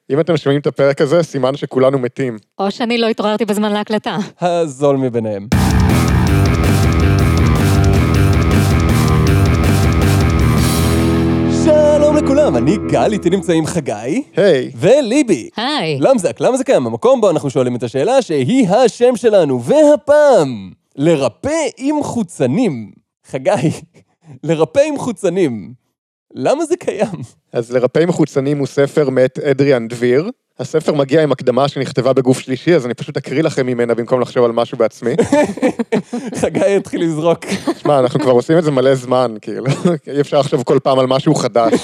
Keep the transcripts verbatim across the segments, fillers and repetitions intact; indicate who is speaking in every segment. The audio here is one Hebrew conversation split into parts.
Speaker 1: אם אתם שומעים את הפרק הזה, סימן שכולנו מתים.
Speaker 2: או שאני לא התעוררתי בזמן להקלטה.
Speaker 3: הזול מביניהם. שלום לכולם, אני גל, איתי נמצאים חגי.
Speaker 1: היי.
Speaker 3: וליבי.
Speaker 2: היי.
Speaker 3: למזק, למה זה קיים? המקום בו אנחנו שואלים את השאלה שהיא השם שלנו, והפעם, לרפא עם חוצנים. חגי, לרפא עם חוצנים. למה זה קיים?
Speaker 1: אז לרפא עם חוצנים הוא ספר מאת אדריאן דביר. הספר מגיע עם הקדמה שנכתבה בגוף שלישי, אז אני פשוט אקריא לכם ממנה במקום לחשוב על משהו בעצמי.
Speaker 3: חגי התחיל לזרוק.
Speaker 1: שמע, אנחנו כבר עושים את זה מלא זמן, כאילו. אי אפשר לחשוב כל פעם על משהו חדש.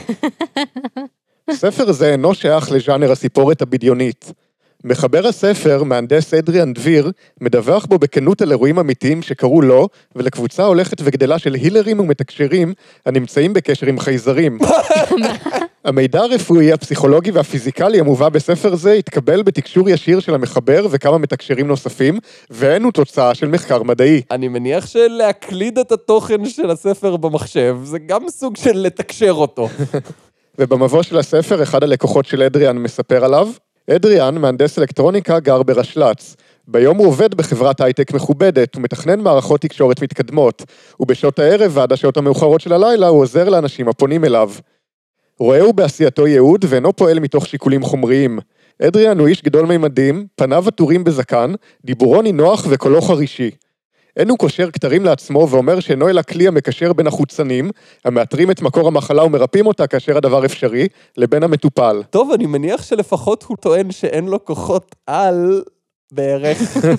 Speaker 1: ספר זה אינו שייך לז'אנר הסיפורת הבדיונית. מחבר הספר, מהנדס אדריאן דביר, מדווח בו בכנות על אירועים אמיתיים שקרו לו, ולקבוצה הולכת וגדלה של הילרים ומתקשרים, הנמצאים בקשר עם חייזרים. המידע הרפואי, הפסיכולוגי והפיזיקלי המובא בספר זה, התקבל בתקשור ישיר של המחבר וכמה מתקשרים נוספים, ואין הוא תוצאה של מחקר מדעי.
Speaker 3: אני מניח שלהקליד את התוכן של הספר במחשב, זה גם סוג של לתקשר אותו.
Speaker 1: ובמבוא של הספר, אחד הלקוחות של אדריאן מספר עליו, אדריאן, מהנדס אלקטרוניקה, גר ברשל"צ. ביום הוא עובד בחברת הייטק מכובדת, הוא מתכנן מערכות תקשורת מתקדמות, ובשעות הערב ועד השעות המאוחרות של הלילה הוא עוזר לאנשים הפונים אליו. רואהו בעשייתו ייעוד ואינו פועל מתוך שיקולים חומריים. אדריאן הוא איש גדול מימדים, פניו עטורים בזקן, דיבורו נינוח וקולו חרישי. אין הוא קושר כתרים לעצמו ואומר שאינו אלא כלי המקשר בין החוצנים, המאתרים את מקור המחלה ומרפאים אותה כאשר הדבר אפשרי, לבין המטופל.
Speaker 3: טוב, אני מניח שלפחות הוא טוען שאין לו כוחות על בערך.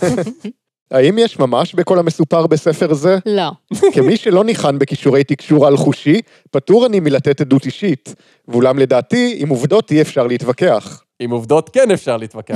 Speaker 1: האם יש ממש בכל המסופר בספר זה?
Speaker 2: לא.
Speaker 1: כמי שלא ניחן בכישורי תקשור על חושי, פטור אני מלתת עדות אישית, ואולם לדעתי, עם עובדות אי אפשר להתווכח.
Speaker 3: עם עובדות כן אפשר להתווכח.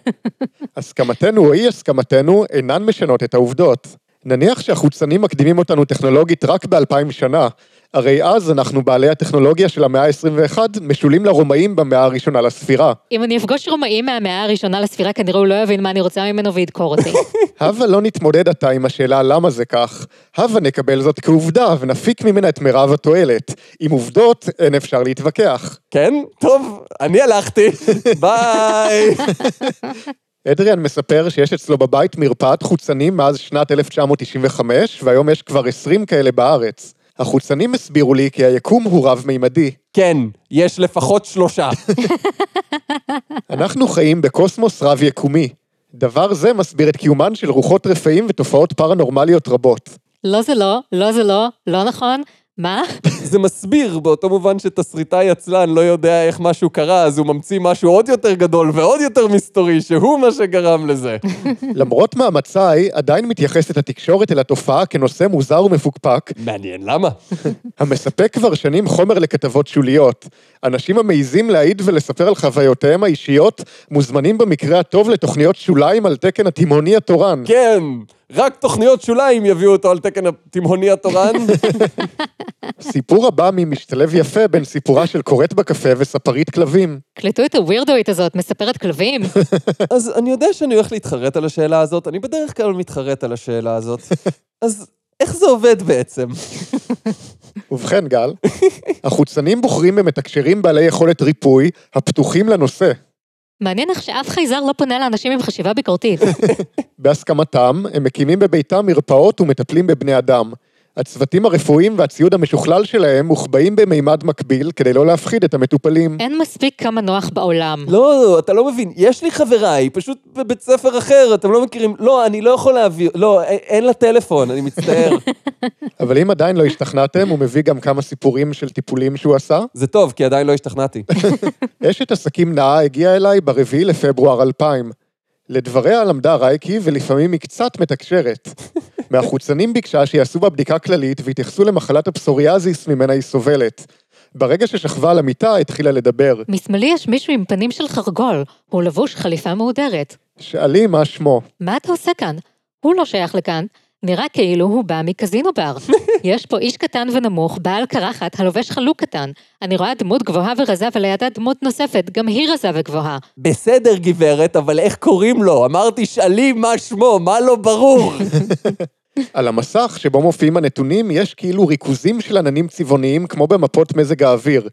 Speaker 1: הסכמתנו או אי הסכמתנו אינן משנות את העובדות. נניח שהחוצנים מקדימים אותנו טכנולוגית רק באלפיים שנה, הרי אז אנחנו בעלי הטכנולוגיה של המאה ה-עשרים ואחת משולים לרומאים במאה הראשונה לספירה.
Speaker 2: אם אני אפגוש רומאים מהמאה הראשונה לספירה, כנראה הוא לא יבין מה אני רוצה ממנו וידקור אותי.
Speaker 1: הווה לא נתמודד עתה עם השאלה למה זה כך. הווה נקבל זאת כעובדה ונפיק ממנה את מירב התועלת. עם עובדות אין אפשר להתווכח.
Speaker 3: כן? טוב, אני הלכתי. ביי.
Speaker 1: אדריאן מספר שיש אצלו בבית מרפאת חוצנים מאז שנת אלף תשע מאות תשעים וחמש, והיום יש כבר עשרים כאלה בארץ. החוצנים הסבירו לי כי היקום הוא רב-מימדי.
Speaker 3: כן, יש לפחות שלושה.
Speaker 1: אנחנו חיים בקוסמוס רב-יקומי. דבר זה מסביר את קיומן של רוחות רפאים ותופעות פרנורמליות רבות.
Speaker 2: לא זה לא, לא זה לא, לא נכון. מה?
Speaker 3: זה מסביר באותו מובן שתסריטאי עצלן לא יודע איך משהו קרה, אז הוא ממציא משהו עוד יותר גדול ועוד יותר מסתורי, שהוא מה שגרם לזה.
Speaker 1: למרות מאמציי, עדיין מתייחסת התקשורת אל התופעה כנושא מוזר ומפוקפק.
Speaker 3: מעניין, למה?
Speaker 1: המספק כבר שנים חומר לכתבות שוליות. אנשים המעיזים להעיד ולספר על חוויותיהם האישיות, מוזמנים במקרה הטוב לתוכניות שוליים על תקן התימהוני התורן.
Speaker 3: כן, רק תוכניות שוליים יביאו אותו על תקן התימהוני התורן.
Speaker 1: סיפור הבא ממשתלב יפה בין סיפורה של קוראת בקפה וספרית כלבים.
Speaker 2: קלטו את הווירדואית הזאת, מספרת כלבים.
Speaker 3: אז אני יודע שאני הולך להתחרט על השאלה הזאת, אני בדרך כלל מתחרט על השאלה הזאת. אז איך זה עובד בעצם?
Speaker 1: ובכן גל, החוצנים בוחרים במתקשרים בעלי יכולת ריפוי, הפתוחים לנושא.
Speaker 2: מעניין איך שאף חייזר לא פונה לאנשים עם חשיבה ביקורתית.
Speaker 1: בהסכמתם, הם מקימים בביתם מרפאות ומטפלים בבני אדם. הצוותים הרפואיים והציוד המשוכלל שלהם מוחבאים במימד מקביל כדי לא להפחיד את המטופלים.
Speaker 2: אין מספיק כמה נוח בעולם.
Speaker 3: לא, אתה לא מבין, יש לי חברה, היא פשוט בבית ספר אחר, אתם לא מכירים, לא, אני לא יכול להביא, לא, אין לה טלפון, אני מצטער.
Speaker 1: אבל אם עדיין לא השתכנעתם, הוא מביא גם כמה סיפורים של טיפולים שהוא עשה.
Speaker 3: זה טוב, כי עדיין לא השתכנעתי.
Speaker 1: אשת עסקים נאה הגיעה אליי ברביעי לפברואר אלפיים. לדבריה למדה רייקי ולפעמים היא קצת מתקשרת. מהחוצנים ביקשה שיעשו בה בדיקה כללית והתייחסו למחלת הפסוריאזיס ממנה היא סובלת. ברגע ששכבה על המיטה התחילה לדבר.
Speaker 2: משמאלי יש מישהו עם פנים של חרגול, הוא לבוש חליפה מהודרת.
Speaker 1: שאלי מה שמו.
Speaker 2: מה אתה עושה כאן? הוא לא שייך לכאן. נראה כאילו הוא בא מקזינו בר. יש פה איש קטן ונמוך, בעל קרחת, הלובש חלוק קטן. אני רואה דמות גבוהה ורזה, ולידה דמות נוספת, גם היא רזה וגבוהה.
Speaker 3: בסדר גברת, אבל איך קוראים לו? אמרתי שאלי מה שמו, מה לא ברור?
Speaker 1: על המסך שבו מופיעים הנתונים יש כאילו ריכוזים של עננים צבעוניים כמו במפות מזג האוויר.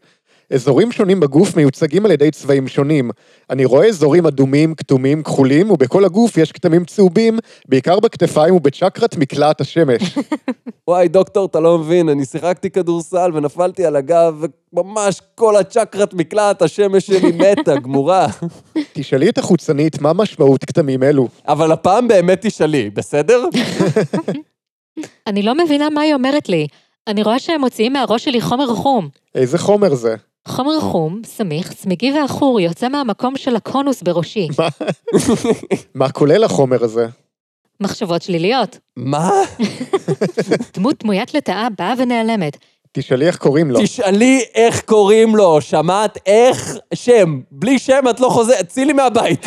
Speaker 1: אזורים שונים בגוף מיוצגים על ידי צבעים שונים. אני רואה אזורים אדומים, כתומים, כחולים, ובכל הגוף יש כתמים צהובים, בעיקר בכתפיים ובצ'קרת מקלעת השמש.
Speaker 3: וואי, דוקטור, אתה לא מבין, אני שיחקתי כדורסל ונפלתי על הגב, וממש כל הצ'קרת מקלעת השמש שלי מתה, גמורה.
Speaker 1: תשאלי את החוצנית מה משמעות כתמים אלו.
Speaker 3: אבל הפעם באמת תשאלי, בסדר?
Speaker 2: אני לא מבינה מה היא אומרת לי. אני רואה שהם מוציאים מהראש שלי חומר חום.
Speaker 1: איזה חומר זה?
Speaker 2: חומר חום, סמיך, צמיגי ועכור, יוצא מהמקום של הקונוס בראשי.
Speaker 1: מה? מה כולל החומר הזה?
Speaker 2: מחשבות שליליות.
Speaker 3: מה?
Speaker 2: דמות דמוית לטאה באה ונעלמת.
Speaker 1: תשאלי איך קוראים לו.
Speaker 3: תשאלי איך קוראים לו, שמעת איך שם. בלי שם את לא חוזר, צילי מהבית.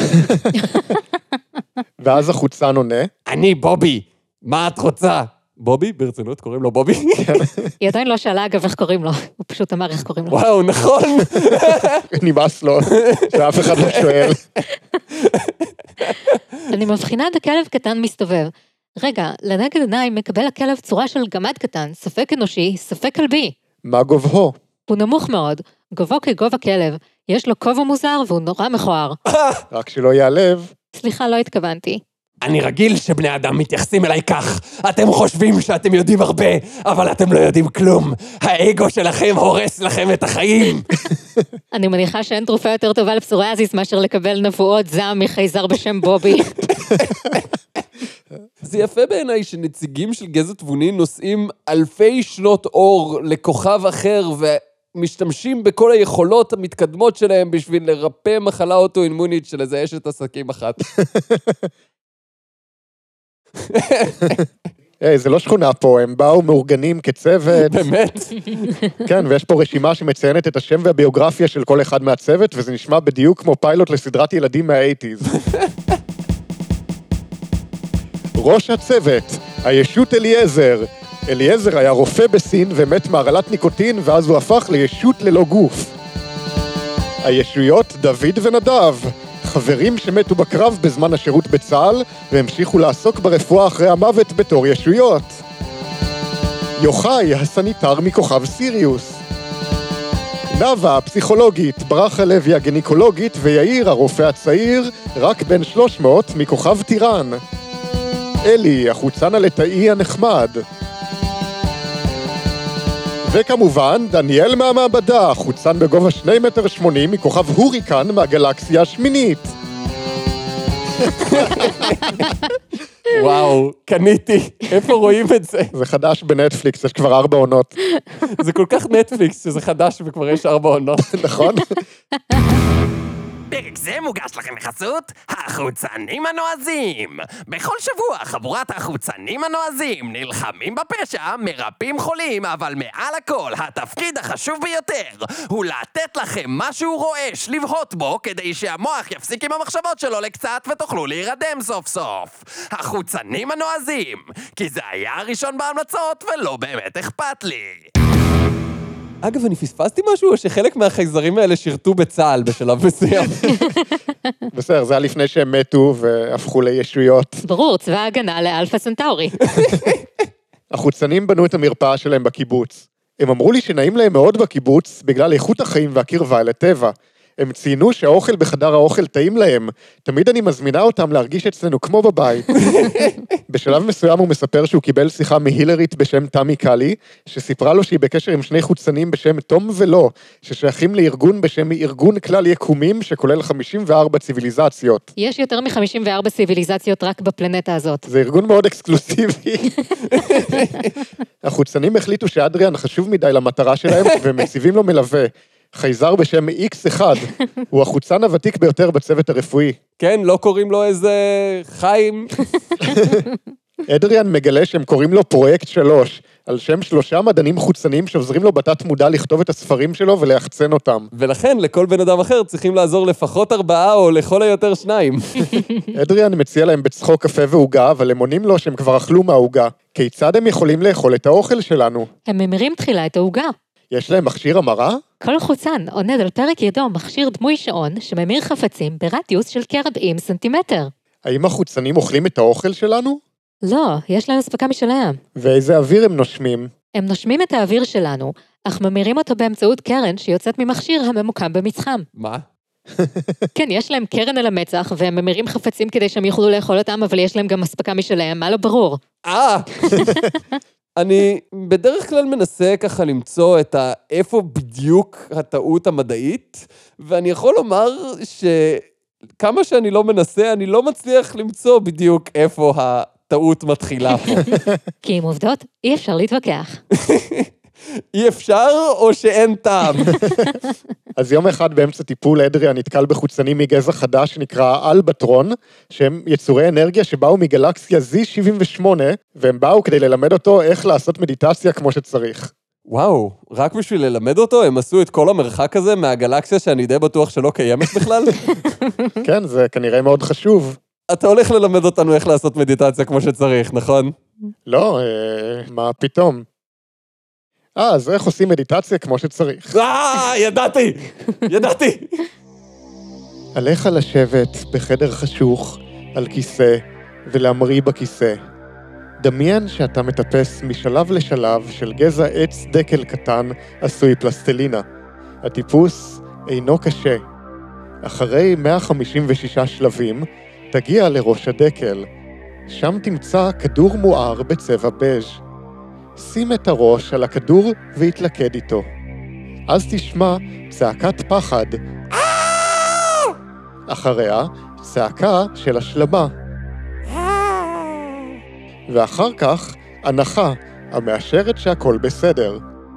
Speaker 1: ואז החוצן עונה.
Speaker 3: אני בובי, מה את רוצה? בובי? ברצינות קוראים לו בובי?
Speaker 2: היא עדיין לא שאלה אגב איך קוראים לו, הוא פשוט אמר איך קוראים לו.
Speaker 3: וואו, נכון.
Speaker 1: נמאס לו, שאף אחד לא שואל.
Speaker 2: אני מבחינה בכלב קטן מסתובב. רגע, לנגד עיניי מקבל הכלב צורה של גמד קטן, ספק אנושי, ספק כלבי.
Speaker 1: מה גובהו?
Speaker 2: הוא נמוך מאוד, גובהו כגובה כלב, יש לו כובע מוזר והוא נורא מכוער.
Speaker 1: רק שלא ייעלב.
Speaker 2: סליחה, לא התכוונתי.
Speaker 3: אני רגיל שבני אדם מתייחסים אליי כך. אתם חושבים שאתם יודעים הרבה, אבל אתם לא יודעים כלום. האגו שלכם הורס לכם את החיים.
Speaker 2: אני מניחה שאין תרופה יותר טובה לפסוריאזיס מאשר לקבל נבואות זעם מחייזר בשם בובי.
Speaker 3: זה יפה בעיניי שנציגים של גזע תבוני נושאים אלפי שנות אור לכוכב אחר ומשתמשים בכל היכולות המתקדמות שלהם בשביל לרפא מחלה אוטואימונית של איזה אשת עסקים אחת.
Speaker 1: היי, זה לא שכונה פה, הם באו מאורגנים כצוות.
Speaker 3: באמת?
Speaker 1: כן, ויש פה רשימה שמציינת את השם והביוגרפיה של כל אחד מהצוות, וזה נשמע בדיוק כמו פיילוט לסדרת ילדים מה-שמונים. ראש הצוות, הישות אליעזר. אליעזר היה רופא בסין ומת מהרעלת ניקוטין, ואז הוא הפך לישות ללא גוף. הישויות דוד ונדב. חברים שמתו בקרב בזמן השירות בצה"ל, והמשיכו לעסוק ברפואה אחרי המוות בתור ישויות. יוחאי, הסניטר מכוכב סיריוס. נאווה, הפסיכולוגית, ברכה לוי, הגניקולוגית, ויאיר, הרופא הצעיר, רק בן שלוש מאות מכוכב טירן. אלי, החוצן הלטאי הנחמד. וכמובן, דניאל מהמעבדה, חוצן בגובה שני מטר שמונים מכוכב הוריקן מהגלקסיה השמינית.
Speaker 3: וואו, קניתי. איפה רואים את זה?
Speaker 1: זה חדש בנטפליקס, יש כבר ארבע עונות.
Speaker 3: זה כל כך נטפליקס שזה חדש וכבר יש ארבע עונות.
Speaker 1: נכון?
Speaker 4: פרק זה מוגש לכם בחסות החוצנים הנועזים. בכל שבוע חבורת החוצנים הנועזים נלחמים בפשע, מרפאים חולים, אבל מעל הכל התפקיד החשוב ביותר הוא לתת לכם משהו רועש לבהות בו כדי שהמוח יפסיק עם המחשבות שלו לקצת ותוכלו להירדם סוף סוף. החוצנים הנועזים, כי זה היה הראשון בהמלצות ולא באמת אכפת לי.
Speaker 3: אגב, אני פספסתי משהו או שחלק מהחייזרים האלה שירתו בצה"ל בשלב מסוים?
Speaker 1: בסדר, זה היה לפני שהם מתו והפכו לישויות.
Speaker 2: ברור, צבא ההגנה לאלפא סנטאורי.
Speaker 1: החוצנים בנו את המרפאה שלהם בקיבוץ. הם אמרו לי שנעים להם מאוד בקיבוץ בגלל איכות החיים והקרבה אל הטבע. הם ציינו שהאוכל בחדר האוכל טעים להם. תמיד אני מזמינה אותם להרגיש אצלנו כמו בבית. בשלב מסוים הוא מספר שהוא קיבל שיחה מהילרית בשם תמי קלי, שסיפרה לו שהיא בקשר עם שני חוצנים בשם תום ולא, ששייכים לארגון בשם ארגון כלל יקומים, שכולל חמישים וארבע ציוויליזציות.
Speaker 2: יש יותר מ-חמישים וארבע ציוויליזציות רק בפלנטה הזאת.
Speaker 1: זה ארגון מאוד אקסקלוסיבי. החוצנים החליטו שאדריאן חשוב מדי למטרה שלהם, ומציבים לו מלווה. חייזר בשם איקס אחד, הוא החוצן הוותיק ביותר בצוות הרפואי.
Speaker 3: כן, לא קוראים לו איזה חיים.
Speaker 1: אדריאן מגלה שהם קוראים לו פרויקט שלוש, על שם שלושה מדענים חוצנים שעוזרים לו בתת מודע לכתוב את הספרים שלו ולהחצן אותם.
Speaker 3: ולכן לכל בן אדם אחר צריכים לעזור לפחות ארבעה או לכל היותר שניים.
Speaker 1: אדריאן מציע להם בצחוק קפה והוגה, אבל הם עונים לו שהם כבר אכלו מההוגה. כיצד הם יכולים לאכול את האוכל שלנו?
Speaker 2: הם ממירים תחילה את ההוגה.
Speaker 1: יש להם מכשיר המרה?
Speaker 2: כל חוצן עונד על פרק ידו מכשיר דמוי שעון שממיר חפצים ברדיוס של כ-ארבעים סנטימטר.
Speaker 1: האם החוצנים אוכלים את האוכל שלנו?
Speaker 2: לא, יש להם הספקה משלהם.
Speaker 1: ואיזה אוויר הם נושמים?
Speaker 2: הם נושמים את האוויר שלנו, אך ממירים אותו באמצעות קרן שיוצאת ממכשיר הממוקם במצחם.
Speaker 3: מה?
Speaker 2: כן, יש להם קרן על המצח, והם ממירים חפצים כדי שהם יוכלו לאכול אותם, אבל יש להם גם אספקה משלהם, מה לא ברור?
Speaker 3: אה! אני בדרך כלל מנסה ככה למצוא את ה... איפה בדיוק הטעות המדעית, ואני יכול לומר שכמה שאני לא מנסה, אני לא מצליח למצוא בדיוק איפה הטעות מתחילה פה.
Speaker 2: כי עם עובדות אי אפשר להתווכח.
Speaker 3: אי אפשר או שאין טעם?
Speaker 1: אז יום אחד באמצע טיפול אדריאן נתקל בחוצנים מגזע חדש שנקרא אלבטרון, שהם יצורי אנרגיה שבאו מגלקסיה זי שבעים ושמונה, והם באו כדי ללמד אותו איך לעשות מדיטציה כמו שצריך.
Speaker 3: וואו, רק בשביל ללמד אותו, הם עשו את כל המרחק הזה מהגלקסיה שאני די בטוח שלא קיימת בכלל?
Speaker 1: כן, זה כנראה מאוד חשוב.
Speaker 3: אתה הולך ללמד אותנו איך לעשות מדיטציה כמו שצריך, נכון?
Speaker 1: לא, אה, מה פתאום? אה, אז איך עושים מדיטציה כמו שצריך?
Speaker 3: אה, ידעתי! ידעתי!
Speaker 1: עליך לשבת בחדר חשוך, על כיסא, ולהמריא בכיסא. דמיין שאתה מטפס משלב לשלב של גזע עץ דקל קטן עשוי פלסטלינה. הטיפוס אינו קשה. אחרי מאה חמישים ושישה שלבים, תגיע לראש הדקל. שם תמצא כדור מואר בצבע בז'. שים את הראש על הכדור והתלכד איתו. אז תשמע צעקת פחד. אחריה, צעקה של השלמה. ואחר כך, הנחה, המאשרת שהכל בסדר.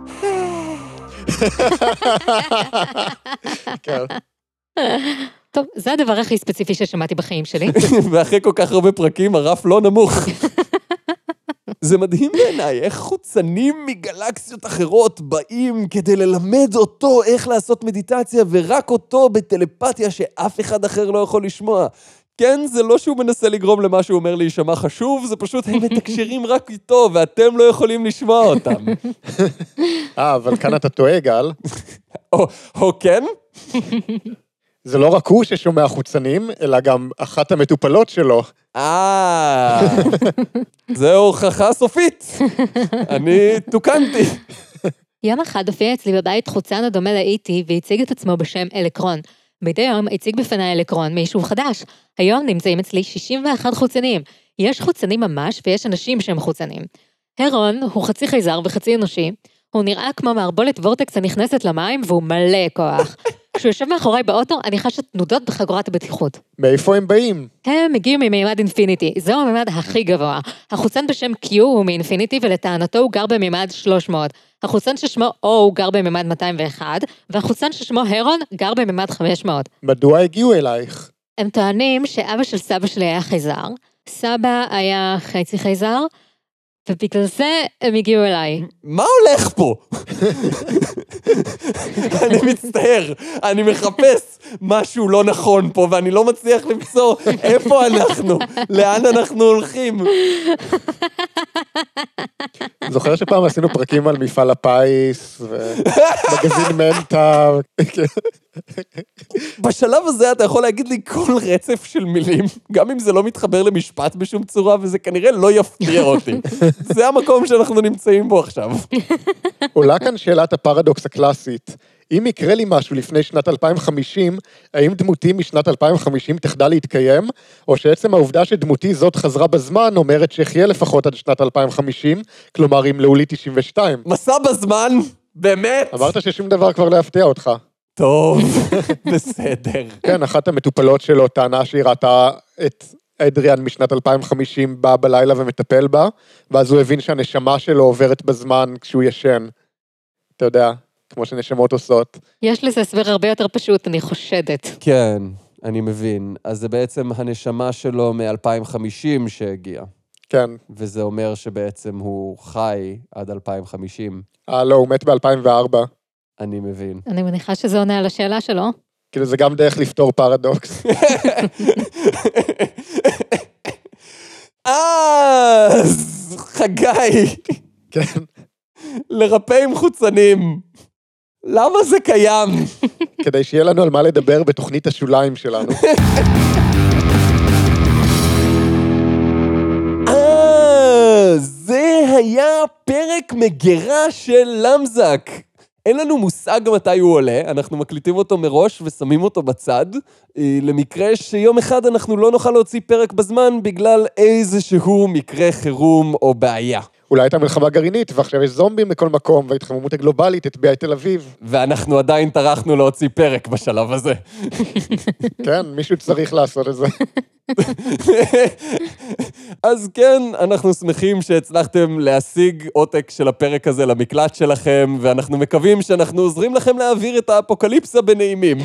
Speaker 1: כן.
Speaker 2: טוב, זה הדבר הכי ספציפי ששמעתי בחיים שלי.
Speaker 3: ואחרי כל כך הרבה פרקים, הרף לא נמוך. זה מדהים בעיניי, איך חוצנים מגלקסיות אחרות באים כדי ללמד אותו איך לעשות מדיטציה, ורק אותו בטלפתיה שאף אחד אחר לא יכול לשמוע. כן, זה לא שהוא מנסה לגרום למה שהוא אומר להישמע חשוב, זה פשוט הם מתקשרים רק איתו, ואתם לא יכולים לשמוע אותם.
Speaker 1: אה, אבל כאן אתה טועה, גל.
Speaker 3: או, או כן?
Speaker 1: זה לא רק הוא ששומע חוצנים, אלא גם אחת המטופלות שלו.
Speaker 3: אה, זה הוכחה סופית. אני תוקנתי.
Speaker 2: יום אחד הופיע אצלי בבית חוצן הדומה לאיטי, והציג את עצמו בשם אלקרון. מדי יום הציג בפני אלקרון מיישוב חדש. היום נמצאים אצלי שישים ואחת חוצנים. יש חוצנים ממש ויש אנשים שהם חוצנים. הרון הוא חצי חייזר וחצי אנושי. הוא נראה כמו מערבולת וורטקס הנכנסת למים והוא מלא כוח. כשהוא יושב מאחורי באוטו, אני חשת תנודות בחגורת הבטיחות.
Speaker 1: מאיפה הם באים?
Speaker 2: הם הגיעו ממימד אינפיניטי, זהו המימד הכי גבוה. החוצן בשם Q הוא מאינפיניטי, ולטענתו הוא גר במימד שלוש מאות. החוצן ששמו O הוא גר במימד מאתיים ואחת, והחוצן ששמו הרון גר במימד חמש מאות.
Speaker 1: מדוע הגיעו אלייך?
Speaker 2: הם טוענים שאבא של סבא שלי היה חייזר, סבא היה חצי חייזר, ובגלל זה הם הגיעו אליי.
Speaker 3: מה הולך פה? אני מצטער, אני מחפש משהו לא נכון פה, ואני לא מצליח למצוא איפה אנחנו, לאן אנחנו הולכים.
Speaker 1: זוכר שפעם עשינו פרקים על מפעל הפיס, ומגזין מנטה.
Speaker 3: בשלב הזה אתה יכול להגיד לי כל רצף של מילים, גם אם זה לא מתחבר למשפט בשום צורה, וזה כנראה לא יפתיע אותי. זה המקום שאנחנו נמצאים בו עכשיו.
Speaker 1: עולה כאן שאלת הפרדוקס הקלאסית. אם יקרה לי משהו לפני שנת אלפיים וחמישים, האם דמותי משנת אלפיים וחמישים תחדל להתקיים, או שעצם העובדה שדמותי זאת חזרה בזמן, אומרת שיחיה לפחות עד שנת אלפיים וחמישים, כלומר עם לאולי תשעים ושתיים.
Speaker 3: מסע בזמן, באמת?
Speaker 1: אמרת ששום דבר כבר לא יפתיע אותך.
Speaker 3: טוב, בסדר.
Speaker 1: כן, אחת המטופלות שלו טענה שהיא ראתה את אדריאן משנת אלפיים וחמישים בא בלילה ומטפל בה, ואז הוא הבין שהנשמה שלו עוברת בזמן כשהוא ישן. אתה יודע, כמו שנשמות עושות.
Speaker 2: יש לזה הסבר הרבה יותר פשוט, אני חושדת.
Speaker 3: כן, אני מבין. אז זה בעצם הנשמה שלו מ-אלפיים וחמישים שהגיע.
Speaker 1: כן.
Speaker 3: וזה אומר שבעצם הוא חי עד אלפיים וחמישים.
Speaker 1: אה, לא, הוא מת ב-אלפיים וארבע.
Speaker 3: אני מבין.
Speaker 2: אני מניחה שזה עונה על השאלה שלו.
Speaker 1: כאילו זה גם דרך לפתור פרדוקס.
Speaker 3: אז, חגי.
Speaker 1: כן.
Speaker 3: לרפא עם חוצנים. למה זה קיים?
Speaker 1: כדי שיהיה לנו על מה לדבר בתוכנית השוליים שלנו.
Speaker 3: אה, זה היה פרק מגירה של למזק. אין לנו מושג מתי הוא עולה, אנחנו מקליטים אותו מראש ושמים אותו בצד, למקרה שיום אחד אנחנו לא נוכל להוציא פרק בזמן בגלל איזשהו מקרה חירום או בעיה.
Speaker 1: אולי הייתה מלחמה גרעינית, ועכשיו יש זומבים בכל מקום, וההתחממות הגלובלית הטביעה את תל אביב.
Speaker 3: ואנחנו עדיין טרחנו להוציא פרק בשלב הזה.
Speaker 1: כן, מישהו צריך לעשות את זה.
Speaker 3: אז כן, אנחנו שמחים שהצלחתם להשיג עותק של הפרק הזה למקלט שלכם, ואנחנו מקווים שאנחנו עוזרים לכם להעביר את האפוקליפסה בנעימים.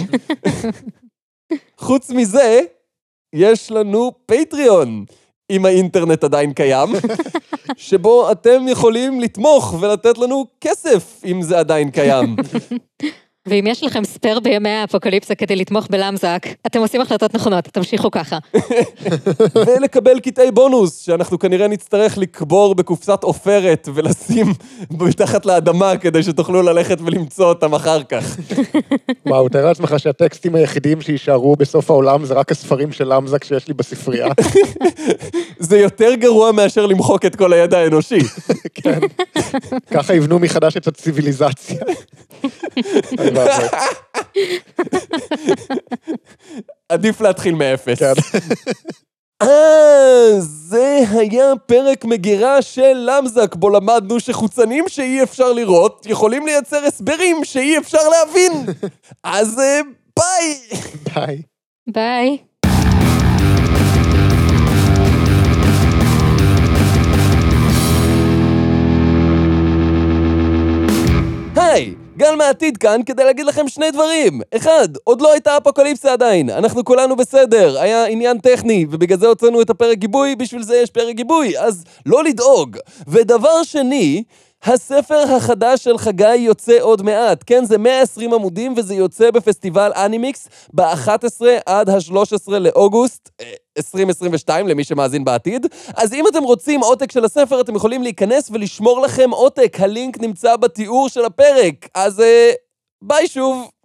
Speaker 3: חוץ מזה, יש לנו פטריון. אם האינטרנט עדיין קיים, שבו אתם יכולים לתמוך ולתת לנו כסף, אם זה עדיין קיים.
Speaker 2: ואם יש לכם ספר בימי האפוקליפסה כדי לתמוך בלמזק, אתם עושים החלטות נכונות, תמשיכו ככה.
Speaker 3: ולקבל קטעי בונוס, שאנחנו כנראה נצטרך לקבור בקופסת עופרת, ולשים מתחת לאדמה, כדי שתוכלו ללכת ולמצוא אותם אחר כך.
Speaker 1: וואו, תאר לעצמך שהטקסטים היחידים שישארו בסוף העולם, זה רק הספרים של למזק שיש לי בספרייה.
Speaker 3: זה יותר גרוע מאשר למחוק את כל הידע האנושי.
Speaker 1: כן. ככה יבנו מחדש את הציביליזציה.
Speaker 3: עדיף להתחיל מאפס.
Speaker 1: כן.
Speaker 3: אה, זה היה פרק מגירה של למזק, בו למדנו שחוצנים שאי אפשר לראות, יכולים לייצר הסברים שאי אפשר להבין. אז ביי.
Speaker 1: ביי.
Speaker 2: ביי.
Speaker 3: היי, גל מהעתיד כאן כדי להגיד לכם שני דברים. אחד, עוד לא הייתה אפוקליפסה עדיין, אנחנו כולנו בסדר, היה עניין טכני, ובגלל זה הוצאנו את הפרק גיבוי, בשביל זה יש פרק גיבוי, אז לא לדאוג. ודבר שני, הספר החדש של חגי יוצא עוד מעט, כן, זה מאה ועשרים עמודים, וזה יוצא בפסטיבל אנימיקס ב-אחד עשר עד ה-שלושה עשר לאוגוסט עשרים עשרים ושתיים, למי שמאזין בעתיד. אז אם אתם רוצים עותק של הספר, אתם יכולים להיכנס ולשמור לכם עותק, הלינק נמצא בתיאור של הפרק. אז ביי שוב.